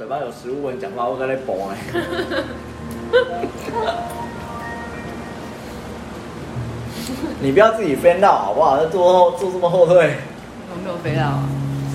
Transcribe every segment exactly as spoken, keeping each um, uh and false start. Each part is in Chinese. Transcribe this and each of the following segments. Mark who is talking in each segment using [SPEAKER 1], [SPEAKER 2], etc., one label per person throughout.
[SPEAKER 1] 巴有食物闻讲话，我跟你崩哎。你不要自己飞到好不好？坐后坐这么后退。
[SPEAKER 2] 我没有飞到啊。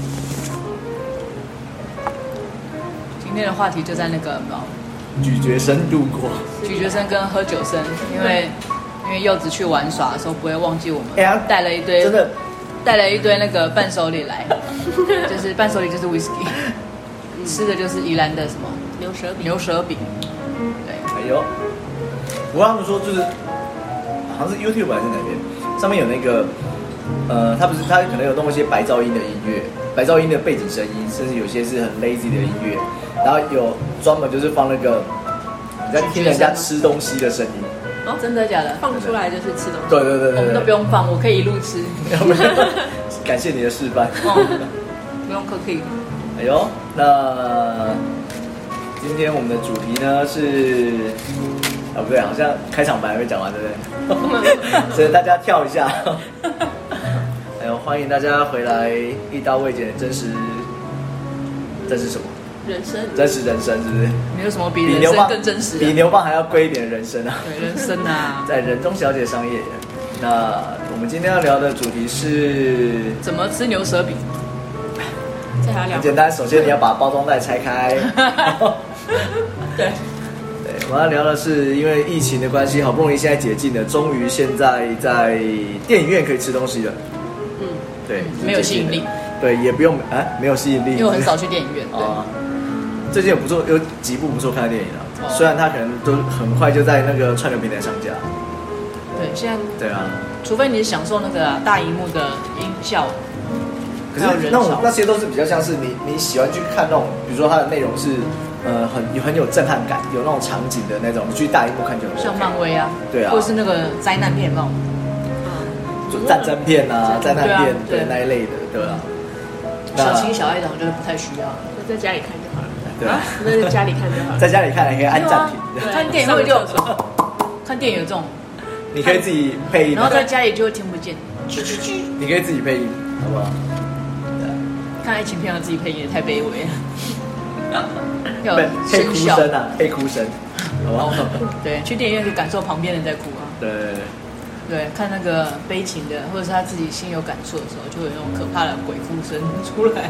[SPEAKER 2] 今天的话题就在那个
[SPEAKER 1] 咀嚼声度过。
[SPEAKER 2] 咀嚼声跟喝酒声，因为因为柚子去玩耍的时候不会忘记我们带了一堆，
[SPEAKER 1] 真的
[SPEAKER 2] 带了一堆那个伴手礼来，就是伴手礼就是 whisky， 吃的就是宜兰的什么
[SPEAKER 3] 牛舌饼。
[SPEAKER 2] 牛舌饼。对。
[SPEAKER 1] 哎呦，不过他们说就是。好像是 YouTube 还是哪边，上面有那个，呃，他不是他可能有弄一些白噪音的音乐，白噪音的背景声音，甚至有些是很 lazy 的音乐，然后有专门就是放那个你在听人家吃东西的声音。
[SPEAKER 2] 哦，真的假的？
[SPEAKER 3] 放出来就是吃东西。
[SPEAKER 1] 对对对对，
[SPEAKER 2] 我们都不用放，我可以一路吃。
[SPEAKER 1] 感谢你的示范。
[SPEAKER 2] 哦，不用客气。
[SPEAKER 1] 哎呦，那今天我们的主题呢是。啊，不对，好像开场白还没讲完，对不对？所以大家跳一下。哎呦，欢迎大家回来，一刀未剪的真实，真实什么？
[SPEAKER 3] 人生。
[SPEAKER 1] 真实人生是不是？
[SPEAKER 2] 没有什么比人生更真实的。
[SPEAKER 1] 比牛蒡还要贵一点的人生啊！
[SPEAKER 2] 对，人生啊，
[SPEAKER 1] 在人中小姐商业。那我们今天要聊的主题是
[SPEAKER 2] 怎么吃牛舌饼。
[SPEAKER 3] 这还要聊？
[SPEAKER 1] 很简单，首先你要把包装袋拆开。
[SPEAKER 2] 对。
[SPEAKER 1] 我要聊的是，因为疫情的关系，好不容易现在解禁了，终于现在在电影院可以吃东西了。
[SPEAKER 3] 嗯，
[SPEAKER 1] 对，
[SPEAKER 2] 没有吸引力。
[SPEAKER 1] 对，也不用啊，没有吸引力，
[SPEAKER 2] 因为我很少去电影院。
[SPEAKER 1] 啊，最近有不错，有几部不错看的电影啊。虽然它可能都很快就在那个串流平台上架。
[SPEAKER 2] 对，现在
[SPEAKER 1] 对啊，
[SPEAKER 2] 除非你是享受那个大荧幕的音效。
[SPEAKER 1] 可是那种那些都是比较像是你你喜欢去看那种，比如说它的内容是。呃，很有很有震撼感，有那种场景的那种，你去大荧幕看就很 OK。
[SPEAKER 2] 像漫威啊，
[SPEAKER 1] 对啊，
[SPEAKER 2] 或者是那个灾难片那种，
[SPEAKER 1] 就战争片啊，灾难片，对那一类的，对啊。
[SPEAKER 2] 小情小爱的，我觉得不太需要，
[SPEAKER 3] 在家里看就好了。
[SPEAKER 1] 对啊，
[SPEAKER 3] 那在家里看就好了。
[SPEAKER 1] 在家里看还可以按暂停。
[SPEAKER 2] 看电影会就看电影有这种，
[SPEAKER 1] 你可以自己配音，
[SPEAKER 2] 然后在家里就会听不见，
[SPEAKER 1] 你可以自己配音，好不好？
[SPEAKER 2] 看爱情片要自己配音也太卑微了。
[SPEAKER 1] 要配哭声啊，配哭声，好不好？
[SPEAKER 2] 对，去电影院就感受旁边人在哭啊。
[SPEAKER 1] 对
[SPEAKER 2] 对，看那个悲情的，或者是他自己心有感触的时候，就会有那种可怕的鬼哭声出来。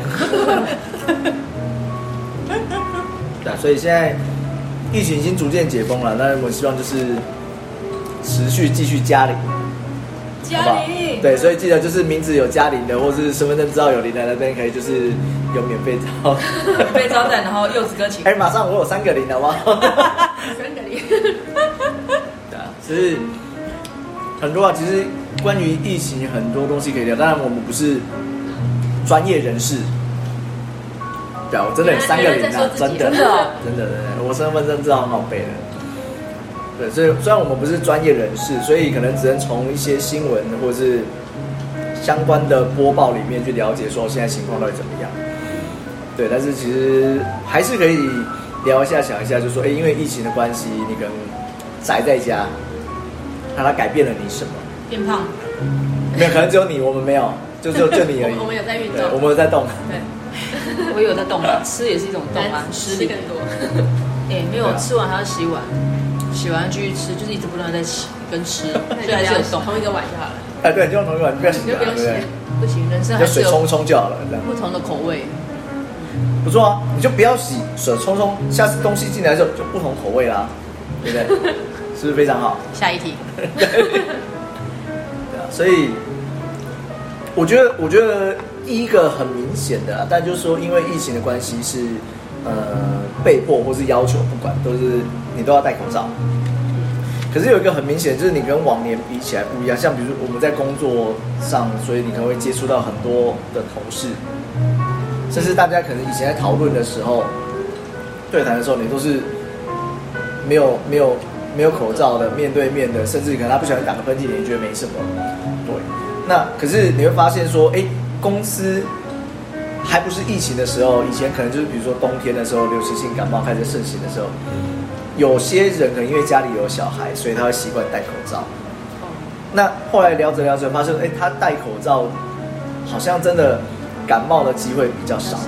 [SPEAKER 1] 对，所以现在疫情已经逐渐解封了，那我希望就是持续继续加零。
[SPEAKER 3] 嘉玲，
[SPEAKER 1] 对，所以记得就是名字有嘉玲的，或是身份证资料有零的那边可以就是有免费招，
[SPEAKER 2] 免费招待，然后柚子哥请。
[SPEAKER 1] 哎，马上我有三个零，好不好？
[SPEAKER 3] 三个零。
[SPEAKER 1] 对啊，其实很多啊，其实关于疫情很多东西可以聊，当然我们不是专业人士。对啊，我真的有三个零啊，真的，真的，真的，真的，我身份证资料很好背的。对，所以虽然我们不是专业人士，所以可能只能从一些新闻或者是相关的播报里面去了解说现在情况到底怎么样。对，但是其实还是可以聊一下、想一下，就说，哎，因为疫情的关系，你可能宅在家，那它改变了你什么？
[SPEAKER 2] 变胖？
[SPEAKER 1] 没有，可能只有你，我们没有，就就就你而已。
[SPEAKER 3] 我们有在运动，
[SPEAKER 1] 我们有在动。
[SPEAKER 2] 对，我有在动啊，吃也是一种动啊，
[SPEAKER 3] 吃更多。
[SPEAKER 2] 哎，没有，吃完还要洗碗。洗完继续吃，就是一直不断在洗跟吃，所以还是有动。
[SPEAKER 3] 同一个碗就好了。
[SPEAKER 1] 哎，对，就用同一个碗，不要洗了，对不对？
[SPEAKER 2] 不行，人生还是
[SPEAKER 1] 就水冲冲就好了，这样。
[SPEAKER 2] 不同的口味，
[SPEAKER 1] 不错啊，你就不要洗，水冲冲，下次东西进来的时候就不同口味啦，对不对？是不是非常好？
[SPEAKER 2] 下一题。
[SPEAKER 1] 对啊，所以我觉得，我觉得第一个很明显的，但就是说，因为疫情的关系是。呃，被迫或是要求，不管都是你都要戴口罩。可是有一个很明显，就是你跟往年比起来不一样。像比如说我们在工作上，所以你可能会接触到很多的同事，甚至大家可能以前在讨论的时候，对谈的时候，你都是没有没有没有口罩的，面对面的，甚至可能他不小心打个喷嚏，你觉得没什么。对，那可是你会发现说，哎，公司。还不是疫情的时候，以前可能就是比如说冬天的时候，流行性感冒开始盛行的时候，有些人可能因为家里有小孩，所以他会习惯戴口罩。那后来聊着聊着，发现哎，他戴口罩好像真的感冒的机会比较少。
[SPEAKER 2] 对，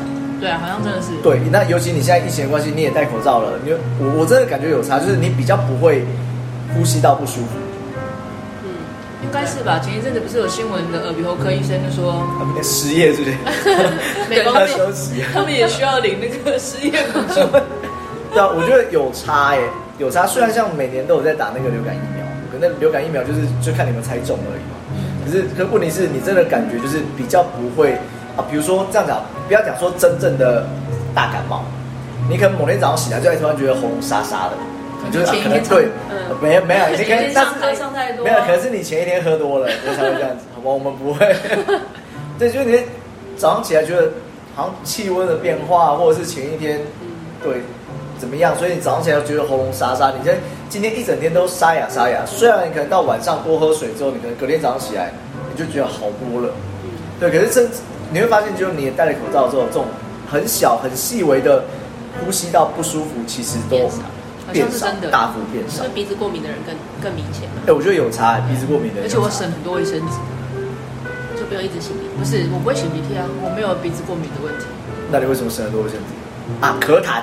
[SPEAKER 2] 对啊，好像真的是。
[SPEAKER 1] 对，那尤其你现在疫情的关系，你也戴口罩了，你我我真的感觉有差，就是你比较不会呼吸道不舒服。
[SPEAKER 2] 嗯，应该是吧？前一阵子不是有新闻的耳鼻喉科医生就说
[SPEAKER 1] 他们失业是不是？
[SPEAKER 2] 美国
[SPEAKER 1] 他休息，
[SPEAKER 2] 他们也需要领那个失业补助。
[SPEAKER 1] 对啊，我觉得有差哎、欸，有差。虽然像每年都有在打那个流感疫苗，可那流感疫苗就是就看你们猜中而已嘛。可是可问题是你真的感觉就是比较不会啊，比如说这样讲，不要讲说真正的大感冒，你可能某天早上醒来就突然觉得喉咙沙沙的，你就是、啊、可能对，
[SPEAKER 3] 嗯，
[SPEAKER 1] 没有没有，已经可能
[SPEAKER 3] 上课上太多，
[SPEAKER 1] 没有，可能是你前一天喝多了，所以才会这样子，好吗？我们不会。对，就是你早上起来觉得好像气温的变化，或者是前一天，对。怎么样？所以你早上起来觉得喉咙沙沙，你今今天一整天都沙哑沙哑。虽然你可能到晚上多喝水之后，你可能隔天早上起来你就觉得好多了，对。可是这你会发现，就是你也戴了口罩之后，这种很小很细微的呼吸道不舒服，其实都变少，大幅变少。
[SPEAKER 3] 就鼻子过敏的人更更明显。
[SPEAKER 1] 哎、欸，我觉得有差，鼻子过敏的人。
[SPEAKER 2] 而且我省很多卫生纸，
[SPEAKER 3] 就不用一直擤鼻涕。
[SPEAKER 2] 不是，我不会擤鼻涕啊，我没有鼻子过敏的问题。
[SPEAKER 1] 那你为什么省很多卫生纸？啊，咳痰。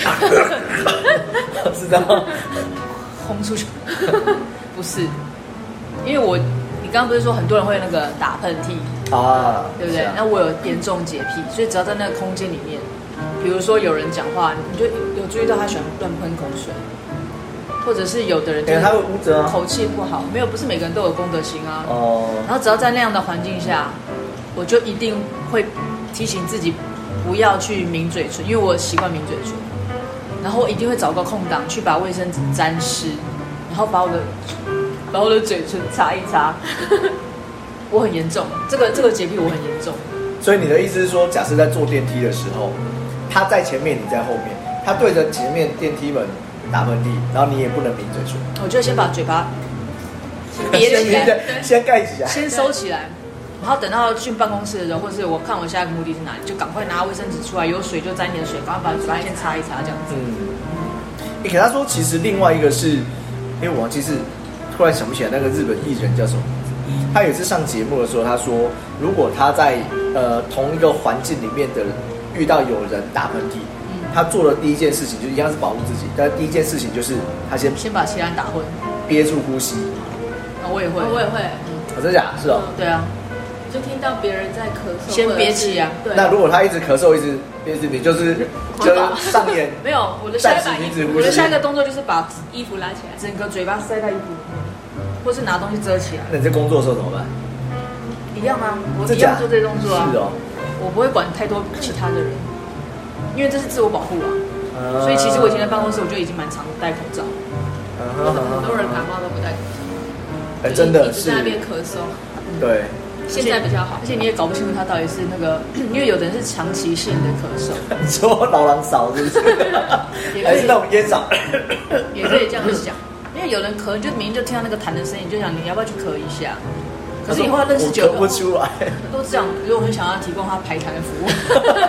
[SPEAKER 1] 知道吗？
[SPEAKER 2] 轰出去，不是，因为我，你刚刚不是说很多人会那个打喷嚏啊，对不对？啊、那我有严重洁癖，所以只要在那个空间里面，比如说有人讲话，你就有注意到他喜欢乱喷口水，或者是有的人就是
[SPEAKER 1] 他会捂着
[SPEAKER 2] 口气不好，没有，不是每个人都有公德心啊。
[SPEAKER 1] 哦。
[SPEAKER 2] 然后只要在那样的环境下，我就一定会提醒自己不要去抿嘴唇，因为我习惯抿嘴唇。然后我一定会找个空档去把卫生纸沾湿，然后把我的把我的嘴唇擦一擦。我很严重，这个这个洁癖我很严重。
[SPEAKER 1] 所以你的意思是说，假设在坐电梯的时候，他在前面，你在后面，他对着前面电梯门打喷嚏，然后你也不能抿嘴唇。
[SPEAKER 2] 我就先把嘴巴憋起来，
[SPEAKER 1] 先盖起来，
[SPEAKER 2] 先收起来。然后等到进办公室的时候，或是我看我下一个目的是哪里，就赶快拿卫生纸出来，有水就沾一点水，赶快把嘴巴先擦一擦，这样子。嗯。
[SPEAKER 1] 你给他说，其实另外一个是，因为我其实突然想不起来那个日本艺人叫什么名字。他有一次上节目的时候，他说，如果他在呃同一个环境里面的遇到有人打喷嚏，嗯、他做的第一件事情就一样是保护自己，但第一件事情就是他先
[SPEAKER 2] 先把其他人打昏，
[SPEAKER 1] 憋住呼吸。
[SPEAKER 2] 啊，我也会，
[SPEAKER 3] 我也会。
[SPEAKER 2] 嗯，
[SPEAKER 1] 我真假？是哦。
[SPEAKER 2] 对啊。
[SPEAKER 3] 就听到别人在咳嗽，
[SPEAKER 2] 先憋气啊。
[SPEAKER 3] 对。
[SPEAKER 1] 那如果他一直咳嗽，一直憋着，你就是就是上演
[SPEAKER 2] 没有我的下一个我的下一个动作就是把
[SPEAKER 3] 衣服拉起来，
[SPEAKER 2] 整个嘴巴塞在衣服里面，或是拿东西遮起来。
[SPEAKER 1] 那你在工作的时候怎么办？
[SPEAKER 2] 一样啊，我一样做这些动作啊。
[SPEAKER 1] 是哦。
[SPEAKER 2] 我不会管太多其他的人，因为这是自我保护啊。啊所以其实我以前在办公室，我就已经蛮常戴口罩。
[SPEAKER 3] 啊、很多人感冒都不戴口罩。
[SPEAKER 1] 哎、欸，真的是。
[SPEAKER 3] 在那边咳嗽。
[SPEAKER 1] 对。
[SPEAKER 3] 现在比较好，
[SPEAKER 2] 而且你也搞不清楚他到底是那个，因为有的人是长期性的咳嗽。
[SPEAKER 1] 你说老狼嫂是不是？还是那种烟嗓？
[SPEAKER 2] 也可以这样想，因为有人咳，就明明就听到那个痰的声音，就想你要不要去咳一下？可是以后认识久了，
[SPEAKER 1] 咳不出来，
[SPEAKER 2] 都这样，所以我很想要提供他排痰的服务。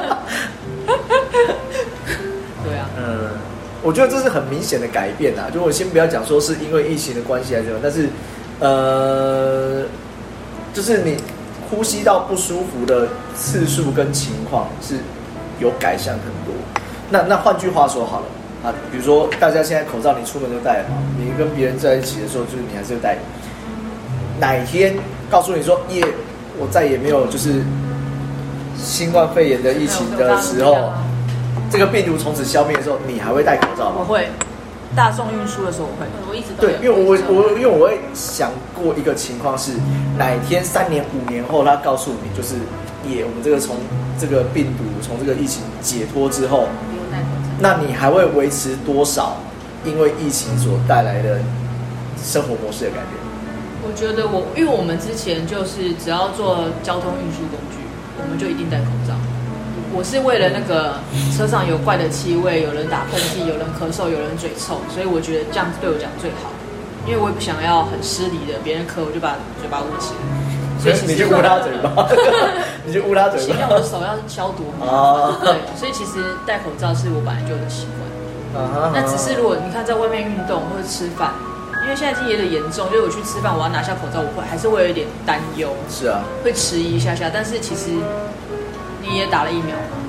[SPEAKER 2] 对啊，
[SPEAKER 1] 嗯，我觉得这是很明显的改变啊。就我先不要讲说是因为疫情的关系还是什么，但是呃。就是你呼吸道不舒服的次数跟情况是有改善很多。那那换句话说好了啊，比如说大家现在口罩你出门都戴嘛，你跟别人在一起的时候，就是你还是会戴。哪一天告诉你说耶，我再也没有就是新冠肺炎的疫情的时候，这个病毒从此消灭的时候，你还会戴口罩吗？
[SPEAKER 2] 我会。大众运输的时候我会，
[SPEAKER 3] 我一直都
[SPEAKER 1] 对，因为我我因为我会想过一个情况是，哪一天三年五年后，他告诉你就是，耶，我们这个从这个病毒从这个疫情解脱之后，那你还会维持多少因为疫情所带来的生活模式的改变？
[SPEAKER 2] 我觉得我，因为我们之前就是只要做交通运输工具，我们就一定戴口罩。我是为了那个车上有怪的气味，有人打喷嚏，有人咳嗽，有人嘴臭，所以我觉得这样子对我讲最好，因为我也不想要很失礼的，别人咳我就把嘴巴捂起来，所以其实
[SPEAKER 1] 你就捂他嘴巴，你就捂他嘴巴，
[SPEAKER 2] 因为我的手要消毒啊，对，所以其实戴口罩是我本来就有的习惯，啊、那只是如果你看在外面运动或者吃饭，因为现在已经有点严重，就是我去吃饭我要拿下口罩，我会还是会有一点担忧，
[SPEAKER 1] 是啊，
[SPEAKER 2] 会迟疑一下下，但是其实。你也打了疫苗吗？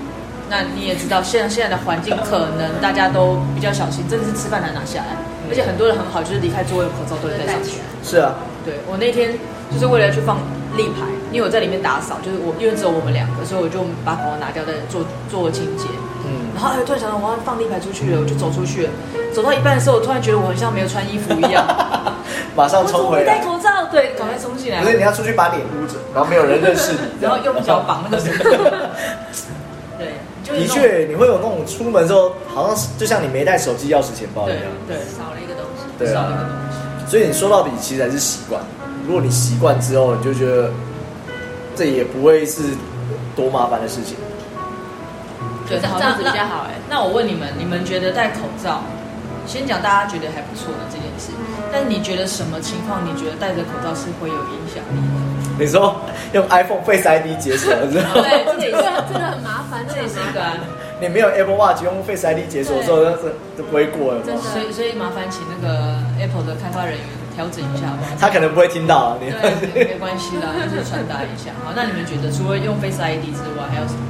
[SPEAKER 2] 那你也知道，现在现在的环境可能大家都比较小心，真的是吃饭难拿下来，而且很多人很好，就是离开座位口罩都会戴上去。
[SPEAKER 1] 是啊，
[SPEAKER 2] 对我那天就是为了去放立牌，因为我在里面打扫，就是我因为只有我们两个，所以我就把口罩拿掉，再做做清洁。嗯，然后哎，突然想到我要放立牌出去了，我就走出去了。走到一半的时候，我突然觉得我很像没有穿衣服一样，
[SPEAKER 1] 马上冲回来。
[SPEAKER 2] 我戴口罩，对，赶快冲进来。
[SPEAKER 1] 不是你要出去把脸捂着，然后没有人认识你，
[SPEAKER 2] 然后用脚绑那个绳子。对，
[SPEAKER 1] 的确，你会有那种出门之后，好像就像你没带手机、钥匙、钱包一样，
[SPEAKER 2] 对，
[SPEAKER 3] 少了一个东西，
[SPEAKER 1] 对啊，
[SPEAKER 2] 少了一个东西。
[SPEAKER 1] 所以你说到底，其实还是习惯。如果你习惯之后，你就觉得这也不会是多麻烦的事情。
[SPEAKER 2] 对，
[SPEAKER 3] 这样子比较好哎。
[SPEAKER 2] 那我问你们，你们觉得戴口罩，先讲大家觉得还不错的这件事，但是你觉得什么情况，你觉得戴着口罩是会有影响力的？
[SPEAKER 1] 你说用 iPhone Face I D 解锁，知道吗？
[SPEAKER 2] 对，这也是
[SPEAKER 3] 这个很麻烦，
[SPEAKER 2] 这也是一个啊。
[SPEAKER 1] 你没有 Apple Watch 用 Face I D 解锁的时候，那是都不会过了。
[SPEAKER 2] 真的，所以所以麻烦请那个 Apple 的开发人员调整一下吧。
[SPEAKER 1] 他可能不会听到啊，你
[SPEAKER 2] 对，没关系啦，就是传达一下。好，那你们觉得除了用 Face I D 之外，还有什么？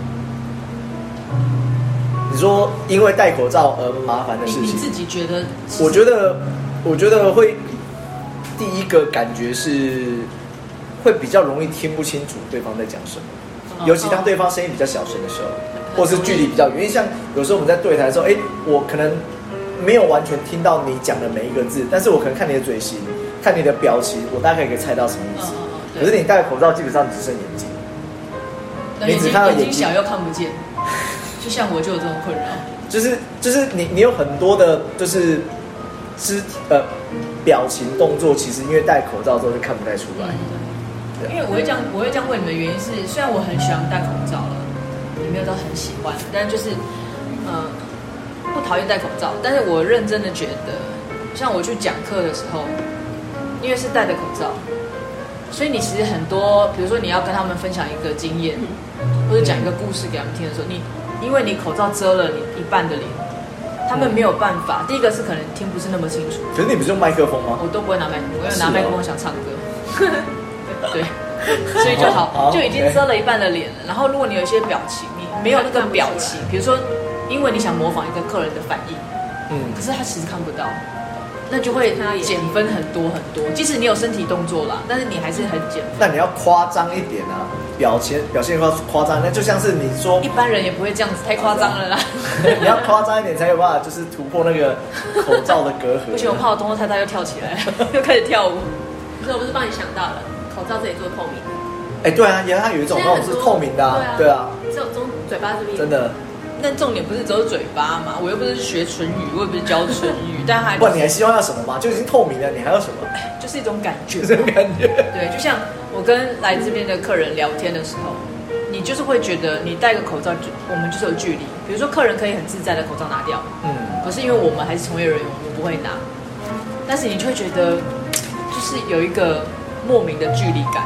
[SPEAKER 1] 你说因为戴口罩而麻烦的事情，
[SPEAKER 2] 你自己觉得？
[SPEAKER 1] 我觉得，我觉得会第一个感觉是会比较容易听不清楚对方在讲什么，
[SPEAKER 2] 哦、
[SPEAKER 1] 尤其当对方声音比较小声的时候，或是距离比较远。因为像有时候我们在对台的时候，哎，我可能没有完全听到你讲的每一个字，但是我可能看你的嘴型，看你的表情，我大概可以猜到什么意思。
[SPEAKER 2] 哦、
[SPEAKER 1] 可是你戴口罩，基本上只剩眼睛，
[SPEAKER 2] 你只看到眼睛小又看不见。就像我就有这种困扰，
[SPEAKER 1] 就是就是你你有很多的，就是肢呃表情动作，其实因为戴口罩之后就看不太出来。
[SPEAKER 2] 嗯、因为我会这样我会这样问你们的原因是，虽然我很喜欢戴口罩了，也没有到很喜欢，但就是呃不讨厌戴口罩，但是我认真的觉得，像我去讲课的时候，因为是戴着口罩，所以你其实很多，比如说你要跟他们分享一个经验，或者讲一个故事给他们听的时候，你因为你口罩遮了你一半的脸，他们没有办法。第一个是可能听不是那么清楚。
[SPEAKER 1] 可是你不是用麦克风吗？
[SPEAKER 2] 我都不会拿麦克风，因为拿麦克风想唱歌。对，所以就好，就已经遮了一半的脸了。然后如果你有一些表情，你没有那个表情，比如说因为你想模仿一个客人的反应，嗯，可是他其实看不到，那就会减分很多很多。即使你有身体动作啦，但是你还是很减分。
[SPEAKER 1] 那你要夸张一点啊，表情表现要夸张，那就像是你说，
[SPEAKER 2] 一般人也不会这样子，太夸张了啦。
[SPEAKER 1] 你要夸张一点才有办法，就是突破那个口罩的隔阂。
[SPEAKER 2] 不行，我怕我动作太大又跳起来，又开始跳舞。
[SPEAKER 3] 可是我不是帮你想到了，口罩这里做透明的。
[SPEAKER 1] 哎，对啊，原来它有一种那种是透明的啊，对啊，
[SPEAKER 3] 只有从嘴巴这边。
[SPEAKER 1] 真的。
[SPEAKER 2] 但重点不是只有嘴巴嘛，我又不是学唇语，我也不是教唇语，但还、
[SPEAKER 1] 就是、不，你还希望要什么吗？就已经透明了，你还要什么？
[SPEAKER 2] 就是一种感觉，
[SPEAKER 1] 这种感觉。
[SPEAKER 2] 对，就像我跟来这边的客人聊天的时候，你就是会觉得你戴个口罩，我们就是有距离。比如说客人可以很自在的口罩拿掉，嗯，可是因为我们还是从业人员，我们不会拿，但是你就会觉得就是有一个莫名的距离感，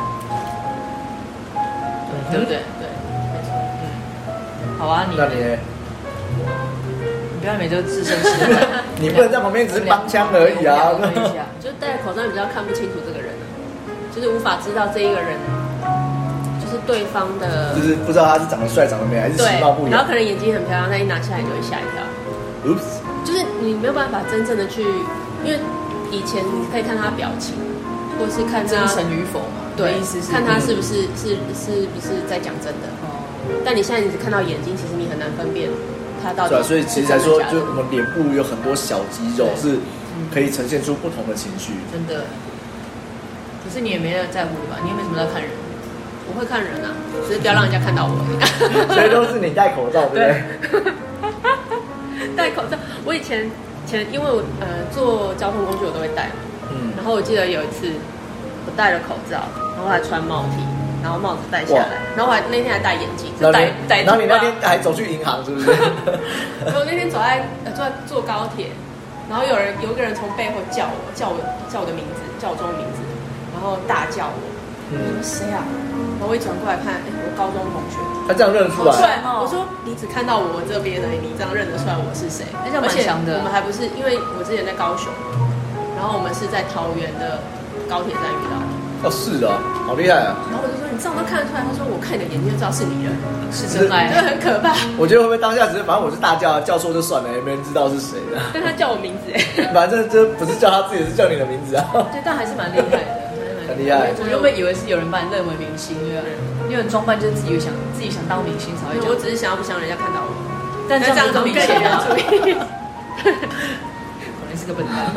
[SPEAKER 2] 嗯、对不对？对。好啊，你
[SPEAKER 1] 那你呢？
[SPEAKER 2] 你不要每周置身事外，
[SPEAKER 1] 你不能在旁边只是帮腔而已啊！
[SPEAKER 3] 就戴口罩比较看不清楚这个人，就是无法知道这一个人，就是对方的，
[SPEAKER 1] 就是不知道他是长得帅、长得美，还是其貌不扬。
[SPEAKER 3] 然后可能眼睛很漂亮，但一拿下来就会吓一跳。Oops， 就是你没有办法真正的去，因为以前你可以看他表情，或是看他
[SPEAKER 2] 真诚与否嘛。
[SPEAKER 3] 对，
[SPEAKER 2] 意思是
[SPEAKER 3] 看他是不是是是不是在讲真的。但你现在你只看到眼睛，其实你很难分辨它到底是真的假的。
[SPEAKER 1] 所以其实才说，就我们脸部有很多小肌肉是可以呈现出不同的情绪。
[SPEAKER 2] 真的。可是你也没人在乎吧？你也没什么在看人。
[SPEAKER 3] 我会看人啊，只是不要让人家看到我。
[SPEAKER 1] 所以都是你戴口罩，对不对？
[SPEAKER 3] 戴口罩，我以前前因为我呃坐交通工具我都会戴嘛，嗯，然后我记得有一次我戴了口罩，然后还穿帽 T。然后帽子戴下来，然后我还那天还戴眼镜，戴戴。
[SPEAKER 1] 然后你那天还走去银行，是不是？
[SPEAKER 3] 我那天走在呃坐在坐高铁，然后有人有一个人从背后叫我，叫我叫我的名字，叫我中文名字，然后大叫我，嗯，谁啊？然后我一转过来看，哎，我高中同学。
[SPEAKER 1] 他这样认出来？
[SPEAKER 3] 对，我说你只看到我这边而已，你这样认得出来我是谁？
[SPEAKER 2] 而且蛮强的。
[SPEAKER 3] 我们还不是，因为我之前在高雄，然后我们是在桃园的高铁站遇到的。
[SPEAKER 1] 哦，是啊，好厉害啊！
[SPEAKER 3] 然后我就说。 你这样都看得出来。他说我看你的眼睛就知道是你了，
[SPEAKER 2] 是真爱，
[SPEAKER 3] 真的很可怕。
[SPEAKER 1] 我觉得会不会当下只是反正我是大叫叫错就算了，也没人知道是谁的。
[SPEAKER 3] 但他叫我名字哎，
[SPEAKER 1] 反正这不是叫他自己，是叫你的名字啊。
[SPEAKER 2] 对，但还是蛮厉害的，
[SPEAKER 1] 很厉害。
[SPEAKER 2] 我原本以为是有人把你认为明星，对吧？因为装扮就是自己想自己想当明星才会讲。
[SPEAKER 3] 我只是想要不想让人家看到我，
[SPEAKER 2] 但这样子更明显啊。
[SPEAKER 3] 注意。
[SPEAKER 2] 可能是个笨蛋。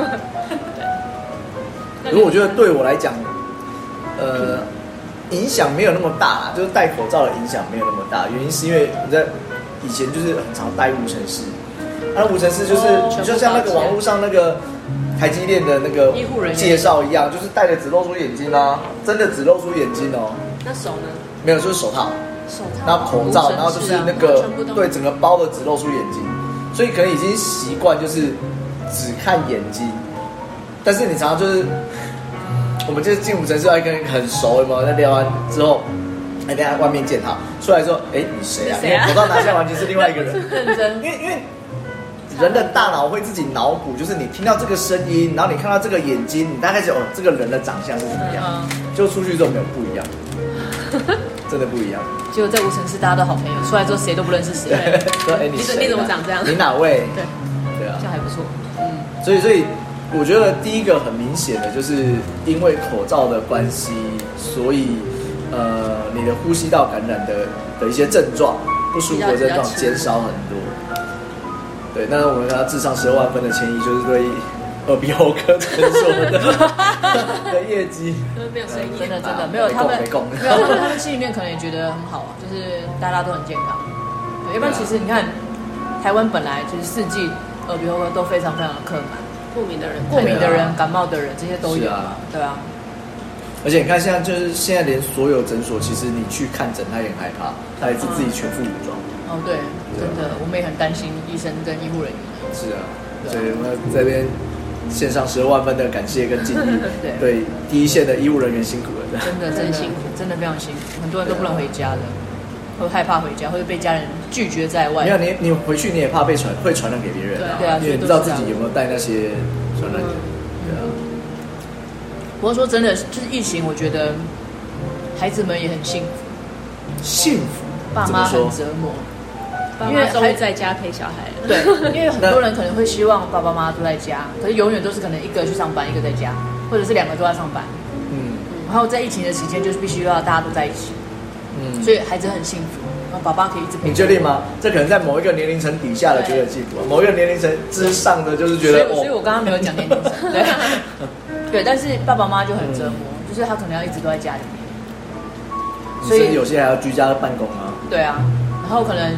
[SPEAKER 1] 可是我觉得对我来讲，呃，影响没有那么大啦，就是戴口罩的影响没有那么大。原因是因为我在以前就是很常戴无尘室，那无尘室就是、哦、就像那个网络上那个台积电的那个介绍一样，就是戴着只露出眼睛啊，真的只露出眼睛哦。
[SPEAKER 3] 那手呢？
[SPEAKER 1] 没有，就是手套。
[SPEAKER 3] 手套。
[SPEAKER 1] 然后口罩，然后就是那个对整个包的只露出眼睛，所以可能已经习惯就是只看眼睛。但是你常常就是，我们就是进五城市要跟人很熟，有没有？在聊完之后，哎，等下外面见他出来说，哎，你谁啊？因为口罩拿下完全是另外一个人。
[SPEAKER 2] 认真，
[SPEAKER 1] 因为因为人的大脑会自己脑补，就是你听到这个声音，然后你看到这个眼睛，你大概就哦，这个人的长相是怎么样？就出去之后没有不一样，真的不一样。
[SPEAKER 2] 结果在无尘室大家都好朋友，出来之后谁都不认识谁。
[SPEAKER 1] 说哎，你
[SPEAKER 3] 你怎么长这样？
[SPEAKER 1] 你哪位？
[SPEAKER 2] 对
[SPEAKER 1] 对啊，
[SPEAKER 2] 这样还不错。
[SPEAKER 1] 嗯，所以所以。我觉得第一个很明显的就是因为口罩的关系，所以呃你的呼吸道感染的的一些症状、不舒服的症状减少很多。对，那我们要致上十二万分的歉意，就是对耳鼻喉科诊所的的业绩
[SPEAKER 3] 没有生意，
[SPEAKER 2] 真的真的没有他们没有他们心里面可能也觉得很好啊，就是大家都很健康。对，要不然其实你看台湾本来就是四季耳鼻喉科都非常非常的客满。
[SPEAKER 3] 过敏的人、
[SPEAKER 2] 过敏的人、感冒的人，这些都有啊，对啊。
[SPEAKER 1] 而且你看，现在就是现在连所有诊所，其实你去看诊，他也很害怕，他也是自己全副武装。
[SPEAKER 2] 哦，对，真的，我们也很担心医生跟医护人员。
[SPEAKER 1] 是啊，所以我们这边献上十二万分的感谢跟敬意，对第一线的医务人员辛苦了，
[SPEAKER 2] 真的真辛苦，真的非常辛苦，很多人都不能回家的。会害怕回家，会被家人拒绝在外。
[SPEAKER 1] 没有你，你回去你也怕被传，会传染给别人啊。
[SPEAKER 2] 对啊，
[SPEAKER 1] 因为你不知道自己有没有带那些传染给。对啊。
[SPEAKER 2] 不过说真的，就是疫情，我觉得孩子们也很幸福。
[SPEAKER 1] 幸福。
[SPEAKER 2] 爸妈很折磨，
[SPEAKER 3] 因为终于在家陪小孩了。
[SPEAKER 2] 对，因为很多人可能会希望爸爸妈妈都在家，可是永远都是可能一个去上班，一个在家，或者是两个都在上班。嗯。然后在疫情的期间，就是必须要大家都在一起。嗯，所以孩子很幸福，然后爸爸可以一直陪。
[SPEAKER 1] 你确定吗？这可能在某一个年龄层底下的觉得幸福，某一个年龄层之上的就是觉得。
[SPEAKER 2] 所以，所以我刚刚没有讲年龄层，对，对，但是爸爸妈妈就很折磨，嗯、就是他可能要一直都在家里面，
[SPEAKER 1] 所以有些还要居家办公啊。
[SPEAKER 2] 对啊，然后可能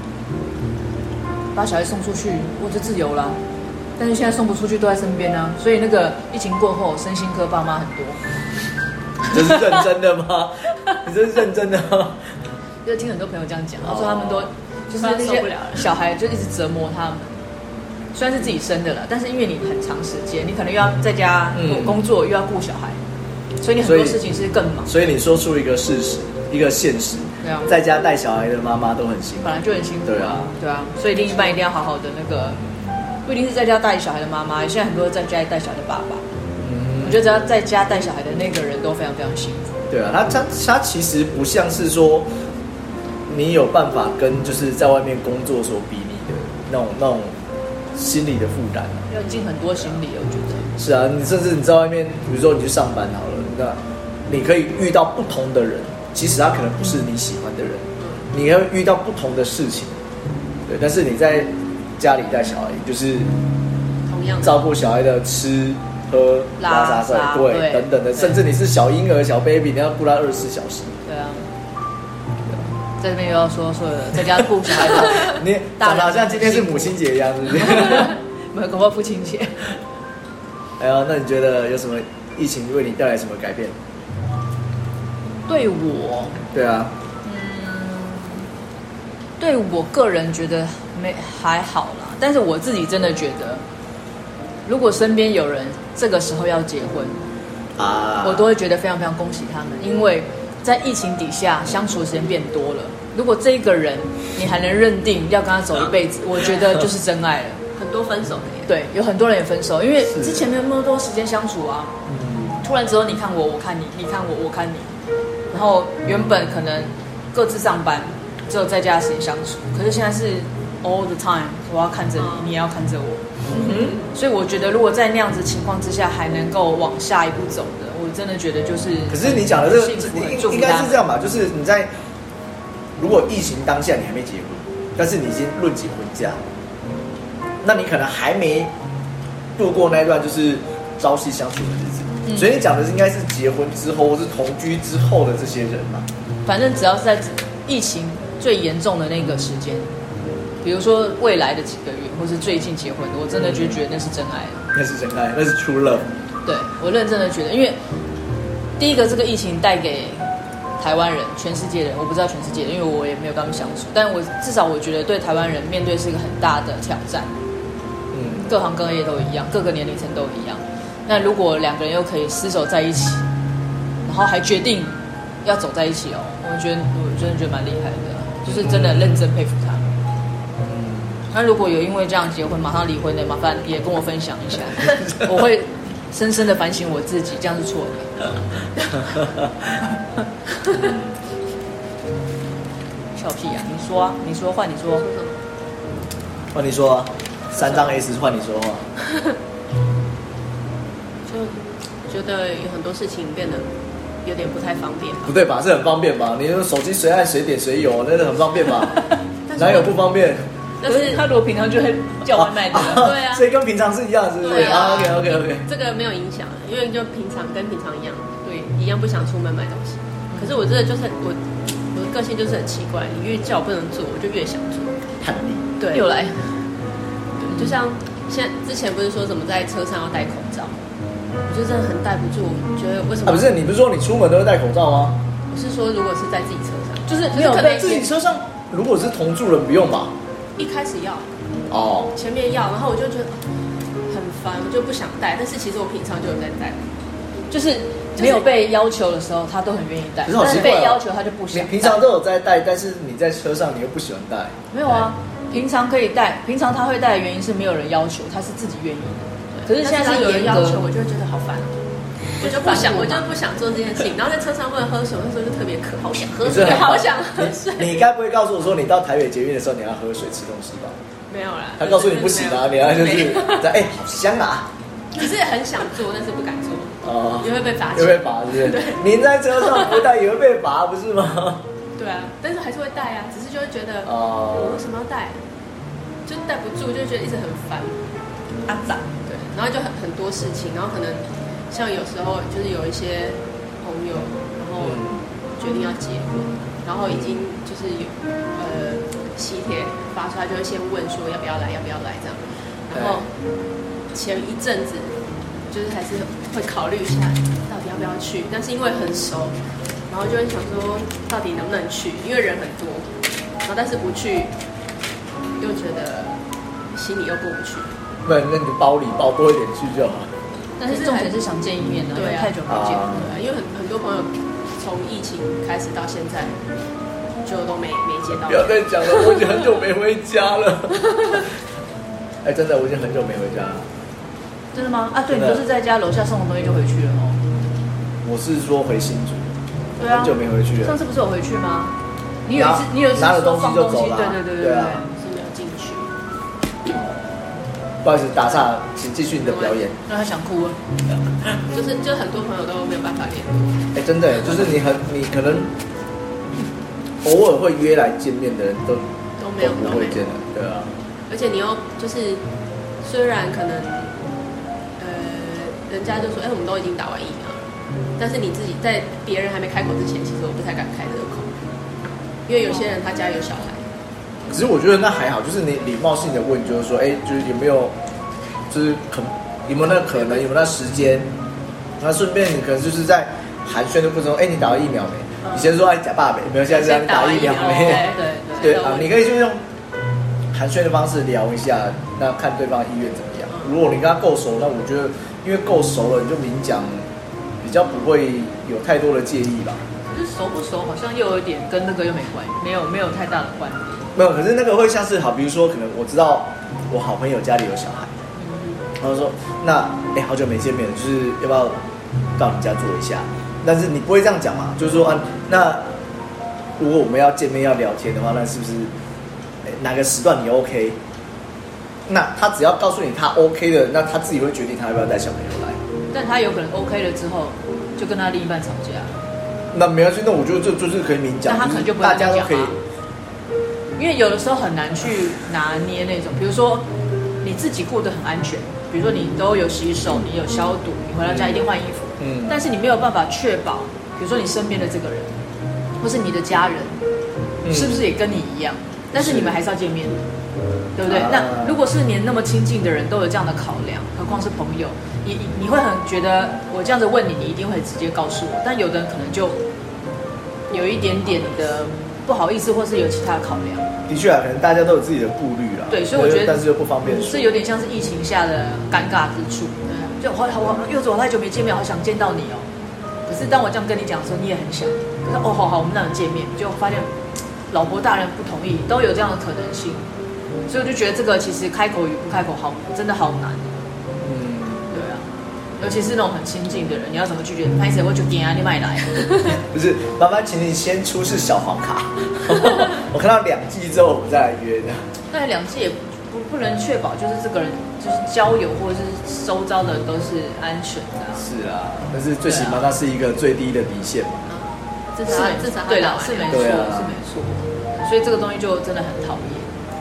[SPEAKER 2] 把小孩送出去，我就自由了，但是现在送不出去，都在身边啊，所以那个疫情过后，身心科爸妈很多。
[SPEAKER 1] 这是认真的吗？你这是认真的吗？
[SPEAKER 2] 就听很多朋友这样讲，他说他们都就是那些小孩就一直折磨他们。虽然是自己生的了，但是因为你很长时间，你可能又要在家工作，嗯、又要顾小孩，所以你很多事情是更忙。
[SPEAKER 1] 所以你说出一个事实，一个现实，
[SPEAKER 2] 对啊，
[SPEAKER 1] 在家带小孩的妈妈都很辛苦，
[SPEAKER 2] 本来就很辛苦，
[SPEAKER 1] 对啊，
[SPEAKER 2] 对啊，所以另一半一定要好好的那个，不一定是在家带小孩的妈妈，现在很多在家里带小孩的爸爸。我觉得只要在家带小孩的那个人都非常非常辛苦。
[SPEAKER 1] 对啊，他他他其实不像是说你有办法跟就是在外面工作所比拟的那种那种心理的负担，
[SPEAKER 2] 要尽很多心理，我觉得。
[SPEAKER 1] 是啊，你甚至你在外面，比如说你去上班好了，那你可以遇到不同的人，即使他可能不是你喜欢的人，嗯、你会遇到不同的事情。对，但是你在家里带小孩，就是
[SPEAKER 3] 同样
[SPEAKER 1] 照顾小孩的吃。喝拉撒睡，对，对等等的，甚至你是小婴儿、小 baby， 你要顾他二十四小时。
[SPEAKER 2] 对啊，在这边又要说说在家顾小孩的，
[SPEAKER 1] 你长得好像今天是母亲节一样，是不是？
[SPEAKER 2] 没有，搞不好父亲节。
[SPEAKER 1] 哎呀，那你觉得有什么疫情为你带来什么改变？
[SPEAKER 2] 对我，
[SPEAKER 1] 对啊，
[SPEAKER 2] 嗯，对我个人觉得没还好啦，但是我自己真的觉得。如果身边有人这个时候要结婚啊，我都会觉得非常非常恭喜他们，因为在疫情底下相处的时间变多了。如果这一个人你还能认定要跟他走一辈子，我觉得就是真爱了。
[SPEAKER 3] 很多分手的耶，
[SPEAKER 2] 对，有很多人也分手，因为之前没有那么多时间相处啊。嗯，突然之后你看我，我看你，你看我，我看你， 然后原本可能各自上班，只有在家的时间相处，可是现在是 all the time， 我要看着你，你也要看着我。嗯哼，所以我觉得如果在那样子情况之下还能够往下一步走的，我真的觉得就是。
[SPEAKER 1] 可是你讲的这个，应该是这样吧？就是你在如果疫情当下你还没结婚，但是你已经论及婚嫁，那你可能还没度过那一段就是朝夕相处的日子。嗯、所以你讲的应该是结婚之后或是同居之后的这些人嘛？
[SPEAKER 2] 反正只要是在疫情最严重的那个时间，比如说未来的几个月，或是最近结婚的，我真的就觉得那是真爱了。
[SPEAKER 1] 那是真爱，那是 true love。
[SPEAKER 2] 对，我认真的觉得，因为第一个这个疫情带给台湾人、全世界人，我不知道全世界人，因为我也没有跟他们相处，但我至少我觉得对台湾人面对是一个很大的挑战。嗯，各行各业都一样，各个年龄层都一样。那如果两个人又可以厮守在一起，然后还决定要走在一起哦，我觉得我真的觉得蛮厉害的，就是真的认真佩服他。嗯，那如果有因为这样结婚马上离婚的，麻烦也跟我分享一下，我会深深的反省我自己，这样是错的。笑屁啊！你说啊，你说换你说，
[SPEAKER 1] 换你说啊，三张 S 换你说话。
[SPEAKER 3] 就觉得有很多事情变得有点不太方便吧？
[SPEAKER 1] 不对吧？是很方便吧？你手机随按随点随有，那是很方便吧？哪有不方便？
[SPEAKER 2] 但是他如果平常就会叫外卖的，
[SPEAKER 1] 啊啊、对啊，所以跟平常是一样，是不是？
[SPEAKER 3] 对啊
[SPEAKER 1] OK OK OK，
[SPEAKER 3] 这个没有影响，因为就平常跟平常一样，对，一样不想出门买东西。可是我真的就是我，我的个性就是很奇怪，你越叫我不能做，我就越想做，
[SPEAKER 1] 叛逆。
[SPEAKER 3] 对，
[SPEAKER 2] 又来。
[SPEAKER 3] 就像现在之前不是说什么在车上要戴口罩，我就真的很戴不住，我觉得为什么？
[SPEAKER 1] 啊，不是，你不是说你出门都会戴口罩吗？
[SPEAKER 3] 我是说，如果是在自己车上，
[SPEAKER 2] 就是
[SPEAKER 1] 没有在自己车上，如果是同住人不用吧？
[SPEAKER 3] 一开始要，
[SPEAKER 1] 哦，
[SPEAKER 3] 前面要，然后我就觉得很烦，我就不想戴。但是其实我平常就有在戴，
[SPEAKER 2] 就是没有被要求的时候，他都很愿意戴。
[SPEAKER 1] 可是好奇怪、哦，
[SPEAKER 2] 被要求他就不想戴。
[SPEAKER 1] 你平常都有在戴，但是你在车上你又不喜欢戴。
[SPEAKER 2] 没有啊，平常可以戴，平常他会戴的原因是没有人要求，他是自己愿意的。可是现在是
[SPEAKER 3] 有人要求，我就会觉得好烦。我就不想，我就不想做这件事情。然后在车上不能喝水，那时候就特别渴，好想喝水，好想喝水。
[SPEAKER 1] 你该不会告诉我说，你到台北捷运的时候你要喝水吃东西吧？
[SPEAKER 3] 没有啦，
[SPEAKER 1] 他告诉你不行啊，你要就是在哎，好香啊！
[SPEAKER 3] 只是很想做，但是不敢做。
[SPEAKER 1] 哦，
[SPEAKER 3] 也会被罚，
[SPEAKER 1] 也会罚，是不是？对，您在车上不戴也会被罚，不是吗？
[SPEAKER 3] 对啊，但是还是会戴啊，只是就会觉得，
[SPEAKER 1] 哦，
[SPEAKER 3] 我为什么要戴？就戴不住，就觉得一直很烦，阿杂。对，然后就很很多事情，然后可能。像有时候就是有一些朋友，然后决定要结婚，然后已经就是有呃喜帖发出来，就会先问说要不要来，要不要来这样。然后前一阵子就是还是会考虑一下到底要不要去，但是因为很熟，然后就会想说到底能不能去，因为人很多，然后但是不去又觉得心里又过不去。
[SPEAKER 1] 不然那你包里包多一点去就好。
[SPEAKER 2] 但是重点是想见一面的，对啊，太久没见了。
[SPEAKER 3] 对啊，因为很很多朋友从疫情开始到现在就都没没见到。
[SPEAKER 1] 不要再讲了，我已经很久没回家了。哎，真的，我已经很久没回家了。
[SPEAKER 2] 真的吗？啊，对，你不是在家楼下送完东西就回去了哦。
[SPEAKER 1] 我是说回新竹，
[SPEAKER 2] 对啊，
[SPEAKER 1] 很久没回去了。
[SPEAKER 2] 上次不是有回去吗？你有一次，你有一次
[SPEAKER 1] 拿了东西就走了。
[SPEAKER 2] 对对对对对，
[SPEAKER 3] 是没有进去。
[SPEAKER 1] 不好意思，打岔，请继续你的表演。
[SPEAKER 2] 让他想哭了。
[SPEAKER 3] 就是就很多朋友都没有办法联络。
[SPEAKER 1] 哎，真的，就是你很你可能偶尔会约来见面的人都
[SPEAKER 3] 都没有
[SPEAKER 1] 都不会见的，对啊。
[SPEAKER 3] 而且你又就是虽然可能呃人家就说哎我们都已经打完疫苗了，但是你自己在别人还没开口之前，其实我不太敢开这个口，因为有些人他家有小孩。
[SPEAKER 1] 可是我觉得那还好，就是你礼貌性的问，就是说，哎，就是有没有，就是可有没有那可能，有没有那时间？那顺便你可能就是在寒暄的过程中，哎，你打了疫苗没？你先说哎假爸没，没有，现在是你打疫苗没？
[SPEAKER 2] 对对
[SPEAKER 1] 对啊，你可以就用寒暄的方式聊一下，那看对方意愿怎么样。如果你跟他够熟，那我觉得因为够熟了，你就明讲，比较不会有太多的介意吧。
[SPEAKER 2] 可是熟不熟好像又有点跟那个又没关，没有没有太大的关联。
[SPEAKER 1] 没有，可是那个会像是好，比如说可能我知道我好朋友家里有小孩，然后说那哎好久没见面了，就是要不要到你家坐一下？ 但是你不会这样讲嘛？就是说啊，那如果我们要见面要聊天的话，那是不是哪个时段你 OK？ 那他只要告诉你他 OK 的，那他自己会决定他要不要带小朋友来。
[SPEAKER 2] 但他有可能 OK 了之后，就跟他另一半吵架。
[SPEAKER 1] 那没关系，那我觉得这就是可以明讲，
[SPEAKER 2] 那他可能就不会
[SPEAKER 1] 大家都可以。
[SPEAKER 2] 因为有的时候很难去拿捏那种，比如说你自己过得很安全，比如说你都有洗手，你有消毒，你回到家一定换衣服，嗯，但是你没有办法确保，比如说你身边的这个人，或是你的家人，嗯、是不是也跟你一样？但是你们还是要见面的，对不对？啊、那如果是连那么亲近的人都有这样的考量，何况是朋友，你你会很觉得我这样子问你，你一定会直接告诉我，但有的人可能就有一点点的不好意思，或是有其他的考量。
[SPEAKER 1] 的确啊，可能大家都有自己的顾虑啦。
[SPEAKER 2] 对，所以我觉得，
[SPEAKER 1] 但是又不方便说，
[SPEAKER 2] 是有点像是疫情下的尴尬之处。就我我柚子，我太久没见面，好想见到你哦。可是当我这样跟你讲的时候，你也很想。可是哦，好好，我们那样见面，就发现老婆大人不同意，都有这样的可能性。所以我就觉得这个其实开口与不开口好，真的好难。嗯，对啊，尤其是那种很亲近的人，你要怎么拒绝？拍谁我就点啊，你买来。
[SPEAKER 1] 不是，麻烦请你先出示小黄卡。我看到两季之后，我们再来约的。
[SPEAKER 2] 那两季也不不能确保，就是这个人就是交友或者是周遭的都是安全的、啊。是
[SPEAKER 1] 啊，但是最起码它是一个最低的底线嘛。
[SPEAKER 3] 啊、至少至少
[SPEAKER 2] 对啦，是没错，
[SPEAKER 1] 啊、
[SPEAKER 2] 是没错。所以这个东西就真的很讨厌。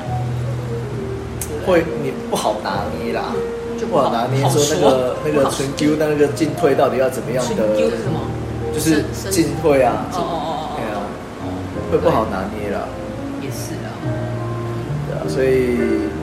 [SPEAKER 1] 会你不好拿捏啦，
[SPEAKER 2] 就
[SPEAKER 1] 不好拿捏说那个那个纯 Q 那个进退到底要怎么样的？
[SPEAKER 2] 纯 Q 是什么？
[SPEAKER 1] 就是进退啊。
[SPEAKER 2] 哦哦哦哦。
[SPEAKER 1] 对啊，会不好拿捏啦。
[SPEAKER 2] 也是啊。
[SPEAKER 1] 对啊，所以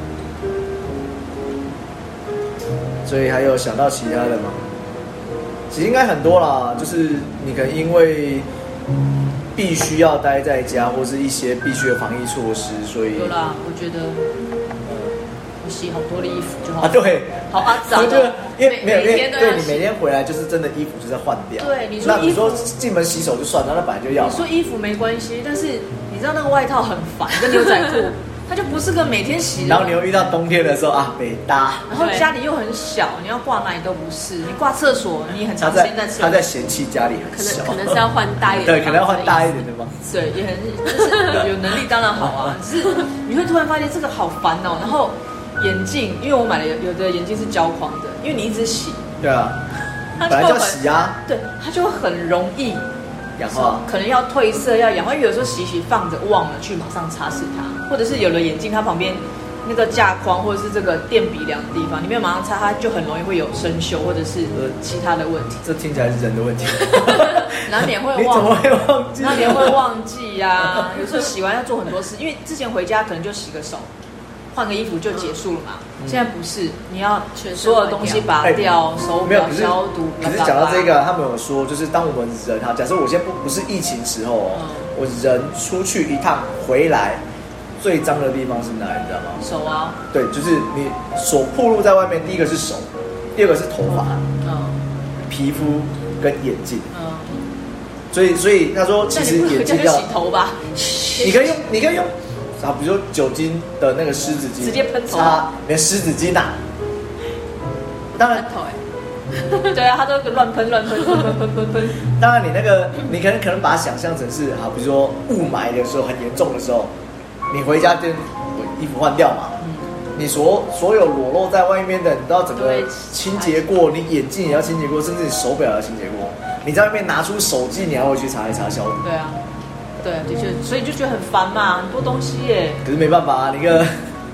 [SPEAKER 1] 所以还有想到其他的吗？其实应该很多啦，就是你可能因为必须要待在家，或是一些必须的防疫措施，所以
[SPEAKER 2] 有啦，我觉得。洗好多的衣服就好
[SPEAKER 1] 啊，对，
[SPEAKER 2] 好啊，脏。
[SPEAKER 1] 我觉得因为没有，因为对你
[SPEAKER 2] 每
[SPEAKER 1] 天回来就是真的衣服就是要换掉。
[SPEAKER 2] 对，你说
[SPEAKER 1] 那你说进门洗手就算了，那本来就要。
[SPEAKER 2] 你说衣服没关系，但是你知道那个外套很烦，跟牛仔裤，它就不是个每天洗的。
[SPEAKER 1] 然后你又遇到冬天的时候啊，没搭。
[SPEAKER 2] 然后家里又很小，你要挂哪里都不是，你挂厕所你很长时间在厕所。
[SPEAKER 1] 他在嫌弃家里很
[SPEAKER 3] 小，可能可能是要换大一点。
[SPEAKER 1] 对，可能要换大一点的吗？
[SPEAKER 2] 对，也很就是有能力当然好啊，只是你会突然发现这个好烦哦，然后。眼镜，因为我买了有的眼镜是胶框的，因为你一直洗，
[SPEAKER 1] 对啊，本来就要洗啊，
[SPEAKER 2] 对，它就会很容易
[SPEAKER 1] 氧化，
[SPEAKER 2] 可能要褪色要氧化，因为有时候洗洗放着忘了去马上擦拭它，或者是有的眼镜它旁边那个架框或者是这个电笔梁的地方，你没有马上擦，它就很容易会有生锈或者是其他的问题。
[SPEAKER 1] 这听起来是人的问题，
[SPEAKER 2] 难免会忘，
[SPEAKER 1] 你怎么会忘记？
[SPEAKER 2] 难免会忘记呀、啊，有时候洗完要做很多事，因为之前回家可能就洗个手。换个衣服就结束了嘛？嗯、现在不是，你要所有东西拔掉，欸、手表消毒。
[SPEAKER 1] 可是讲到这个，他们有说，就是当我们人哈，假设我现在不不是疫情时候哦，嗯、我人出去一趟回来，最脏的地方是哪里？你知道吗？
[SPEAKER 2] 手啊。对，
[SPEAKER 1] 就是你手暴露在外面，第一个是手，第二个是头发，嗯，皮肤跟眼睛，嗯。所以，所以他说，其实眼睛要
[SPEAKER 2] 洗头吧，
[SPEAKER 1] 你可以用，你可以用。啊，比如说酒精的那个湿纸巾，
[SPEAKER 2] 直接喷头，
[SPEAKER 1] 擦连湿纸巾呐、啊。当然，
[SPEAKER 2] 头哎，对啊，他都乱喷乱喷喷喷喷喷。
[SPEAKER 1] 当然，你那个你可能可能把它想象成是啊，比如说雾霾的时候很严重的时候，你回家就衣服换掉嘛。嗯、你所所有裸露在外面的，你都要整个清洁过，你眼镜也要清洁过，甚至你手表也要清洁过。你在外面拿出手机，你还会去擦一擦消毒。
[SPEAKER 2] 对啊。对，的确，所以就觉得很烦嘛，很多东西耶。
[SPEAKER 1] 可是没办法啊，那个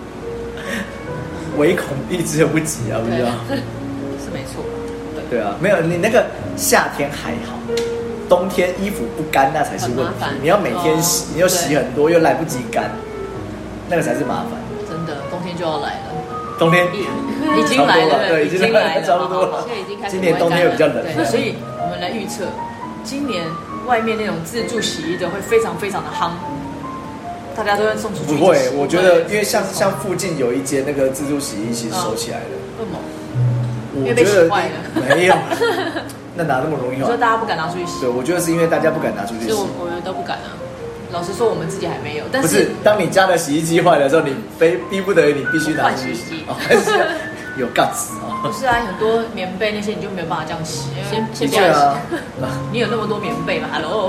[SPEAKER 1] 唯恐避之而不及啊，不知道。
[SPEAKER 2] 是没错。
[SPEAKER 1] 对啊，没有你那个夏天还好，冬天衣服不干那才是问题。你要每天洗，你又洗很多，又来不及干，那个才是麻烦。
[SPEAKER 2] 真的，冬天就要来了。
[SPEAKER 1] 冬天
[SPEAKER 2] 已经来了，
[SPEAKER 1] 对，已经来了，差不多了。
[SPEAKER 3] 现在已经开始。
[SPEAKER 1] 今年冬天又比较冷，
[SPEAKER 2] 所以我们来预测今年。外面那种自助洗衣的会非常非常的夯，大家都会送出去。
[SPEAKER 1] 不会，我觉得因为像像附近有一间那个自助洗衣机收起来了。
[SPEAKER 2] 为什么？
[SPEAKER 1] 我觉得没有，那哪那么容易？
[SPEAKER 2] 你说大家不敢拿出去洗？
[SPEAKER 1] 对，我觉得是因为大家不敢拿出去洗。
[SPEAKER 2] 是我我们都不敢啊。老实说，我们自己还没有。但
[SPEAKER 1] 是不是，当你家的洗衣机坏的时候，你非逼不得已你必须拿出去洗。哦，有 guts 啊。
[SPEAKER 2] 不是啊，很多棉被那些你就没有办法这样洗，
[SPEAKER 3] 先先
[SPEAKER 1] 的确啊，
[SPEAKER 2] 你有那么多棉被吗 ？Hello，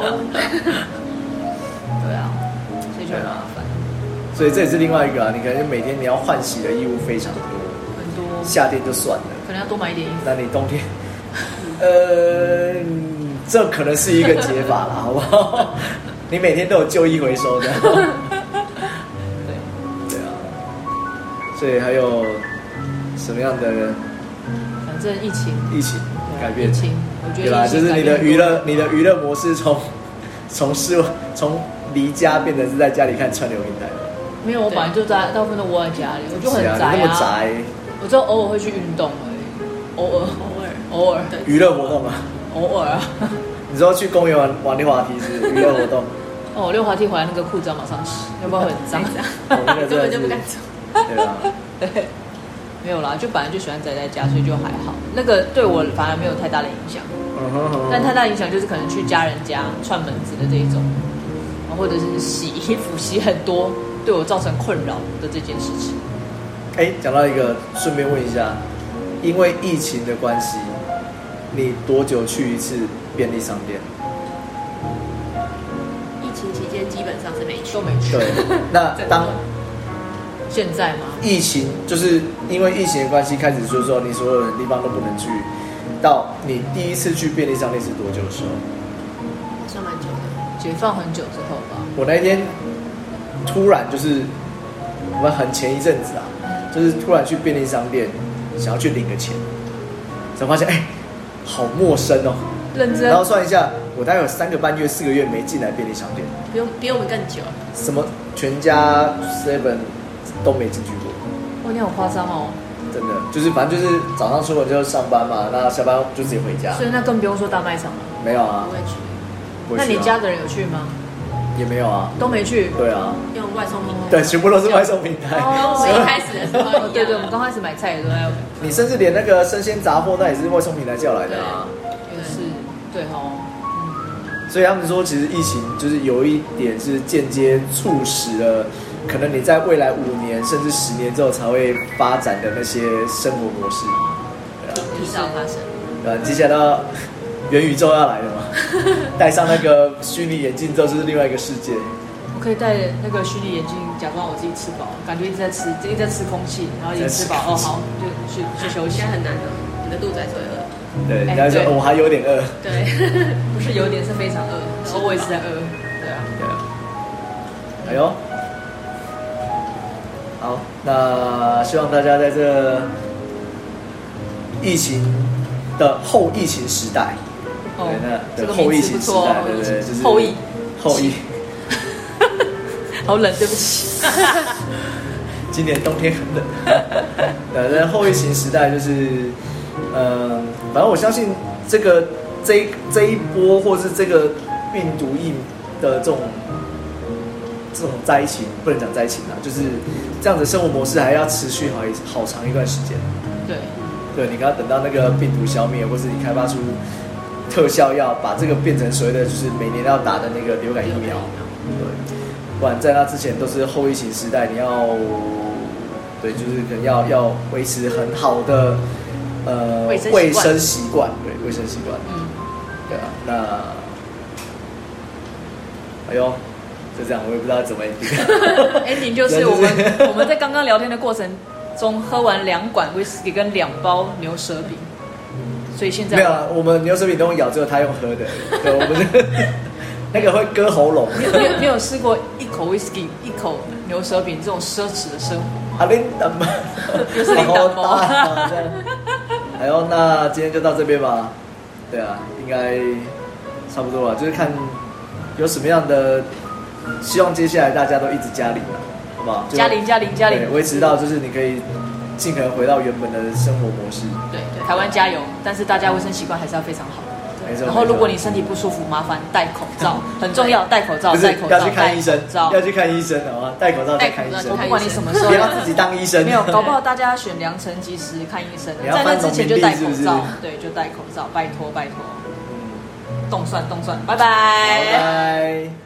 [SPEAKER 2] 对啊，所以就很麻烦。
[SPEAKER 1] 所以这也是另外一个啊，你可能每天你要换洗的义务非常多，
[SPEAKER 2] 很多
[SPEAKER 1] 夏天就算了，
[SPEAKER 2] 可能要多买一点衣服。
[SPEAKER 1] 那你冬天，呃，这可能是一个解法啦，好不好？你每天都有旧衣回收的。
[SPEAKER 2] 对
[SPEAKER 1] 对啊，所以还有什么样的
[SPEAKER 2] 反正疫情，
[SPEAKER 1] 疫情改变？
[SPEAKER 2] 疫情，我觉
[SPEAKER 1] 对吧？
[SPEAKER 2] 得疫情
[SPEAKER 1] 就是你的
[SPEAKER 2] 改变
[SPEAKER 1] 娱乐，你的娱乐模式从从室从离家变成是在家里看串流平台。
[SPEAKER 2] 没有，我本来就在大部分都窝在家里，我就很宅
[SPEAKER 1] 啊，你那么宅，
[SPEAKER 2] 我就偶尔会去运动而已，偶尔
[SPEAKER 3] 偶尔
[SPEAKER 2] 偶尔
[SPEAKER 1] 娱乐活动啊，
[SPEAKER 2] 偶尔啊。
[SPEAKER 1] 你说去公园玩玩溜滑梯是娱乐活动？
[SPEAKER 2] 哦，溜滑梯回来那个裤子要马上洗，要不然会很脏。
[SPEAKER 3] 根本就不敢走。
[SPEAKER 1] 对啊，
[SPEAKER 2] 对，没有啦，就本来就喜欢宅在家，所以就还好。那个对我反而没有太大的影响，
[SPEAKER 1] 嗯哼哼
[SPEAKER 2] 但太大影响就是可能去家人家串门子的这一种，或者是洗衣服洗很多，对我造成困扰的这件事情。
[SPEAKER 1] 哎，讲到一个，顺便问一下，因为疫情的关系，你多久去一次便利商店？
[SPEAKER 3] 疫情期间基本上是没去，
[SPEAKER 2] 都没去。
[SPEAKER 1] 对，那当
[SPEAKER 2] 现在吗？
[SPEAKER 1] 疫情就是因为疫情的关系，开始就是说你所有的地方都不能去，到你第一次去便利商店是多久的时候？
[SPEAKER 3] 算蛮久的。
[SPEAKER 2] 解放很久之后吧。
[SPEAKER 1] 我那一天突然就是我们很前一阵子啊，就是突然去便利商店想要去领个钱，才发现哎，好陌生哦。
[SPEAKER 2] 认真。
[SPEAKER 1] 然后算一下，我大概有三个半月、四个月没进来便利商店，
[SPEAKER 3] 比我比我们更久。
[SPEAKER 1] 什么全家、seven 都没进去过。
[SPEAKER 2] 哇，你好夸张哦！
[SPEAKER 1] 真的，就是反正就是早上出门就上班嘛，那下班就直接回家。
[SPEAKER 2] 所以那更不用说大卖场了。
[SPEAKER 1] 没有啊
[SPEAKER 3] 不，会去，
[SPEAKER 1] 不会去啊
[SPEAKER 2] 那你家的人有去吗？
[SPEAKER 1] 也没有啊。
[SPEAKER 2] 都没去。
[SPEAKER 1] 对啊，
[SPEAKER 3] 用外送平台。
[SPEAKER 1] 对，全部都是外送平台。
[SPEAKER 3] 跟我们一开始的时候一样。
[SPEAKER 2] 对对，我们刚开始买菜也都在。
[SPEAKER 1] 你甚至连那个生鲜杂货，那也是外送平台叫来的啊。
[SPEAKER 2] 也是，对哦。
[SPEAKER 1] 所以他们说，其实疫情就是有一点是间接促使了，可能你在未来五年甚至十年之后才会发展的那些生活模式，对啊，
[SPEAKER 3] 提早发生。
[SPEAKER 1] 对啊，接下来到元宇宙要来了嘛，戴上那个虚拟眼镜之后就是另外一个世界。
[SPEAKER 2] 我可以戴那个虚拟眼镜，假装我自己吃饱，感觉一直在吃，一直在吃空气，然后一直吃饱，哦好，就去去休息。
[SPEAKER 3] 现在很难的，你的肚子还是会饿。
[SPEAKER 1] 对，人家说、哦、我还有点饿。
[SPEAKER 3] 对，
[SPEAKER 2] 不是有点，是非常饿，然后我也是在饿。对啊，
[SPEAKER 1] 对啊。哎呦，好，那希望大家在这疫情的后疫情时代，
[SPEAKER 2] 哦
[SPEAKER 1] 对，那
[SPEAKER 2] 这个
[SPEAKER 1] 后疫
[SPEAKER 2] 名字不错
[SPEAKER 1] 情时代，对
[SPEAKER 2] 哦，
[SPEAKER 1] 对对，就是
[SPEAKER 2] 后疫，
[SPEAKER 1] 后疫。
[SPEAKER 2] 好冷，对不起。
[SPEAKER 1] 今年冬天很冷。对，在后疫情时代，就是，嗯、呃，反正我相信这个这一这一波，或是这个病毒疫的这种这种灾情，不能讲灾情啊，就是这样的生活模式还要持续好一好长一段时间。
[SPEAKER 2] 对，
[SPEAKER 1] 对，你刚刚等到那个病毒消灭，或是你开发出特效药，把这个变成所谓的就是每年要打的那个流感疫苗，对，不然在那之前都是后疫情时代，你要对，就是可能要要维持很好的呃
[SPEAKER 2] 卫生习惯
[SPEAKER 1] 卫生习惯，对，卫生习惯，
[SPEAKER 2] 嗯，
[SPEAKER 1] 对啊，那哎呦，就这样，我也不知道怎么 ending。
[SPEAKER 2] ending 就是我们我们在刚刚聊天的过程中喝完两管威士忌跟两包牛舌饼，所以现在
[SPEAKER 1] 没有啊，我们牛舌饼都用咬，只有他用喝的，对，我们那个会割喉咙。
[SPEAKER 2] 你有你有你有试过一口威士忌一口牛舌饼这种奢侈的生活？
[SPEAKER 1] 啊，领导吗？
[SPEAKER 2] 又是领导吗？
[SPEAKER 1] 哎呦，那今天就到这边吧。对啊，应该差不多了，就是看有什么样的，希望接下来大家都一直加零了，好不好？
[SPEAKER 2] 加零加零加零，
[SPEAKER 1] 对，维持到就是你可以尽可能回到原本的生活模式。
[SPEAKER 2] 对对，台湾加油！但是大家卫生习惯还是要非常好。
[SPEAKER 1] 没错。
[SPEAKER 2] 然后如果你身体不舒服，麻烦戴口罩，很重要，戴口罩，
[SPEAKER 1] 不是
[SPEAKER 2] 戴口罩，
[SPEAKER 1] 要去看医生，
[SPEAKER 2] 戴口罩
[SPEAKER 1] 要去看医生，好吗？戴口罩再看医生，
[SPEAKER 2] 不管你什么时候，
[SPEAKER 1] 不要自己当医生。
[SPEAKER 2] 没有，搞不好大家选良辰吉时看医生，
[SPEAKER 1] 你要
[SPEAKER 2] 在那之前就戴口
[SPEAKER 1] 是不是
[SPEAKER 2] 罩，对，就戴口罩，拜托拜托。
[SPEAKER 1] 嗯，
[SPEAKER 2] 动算动算，拜拜。
[SPEAKER 1] 拜拜。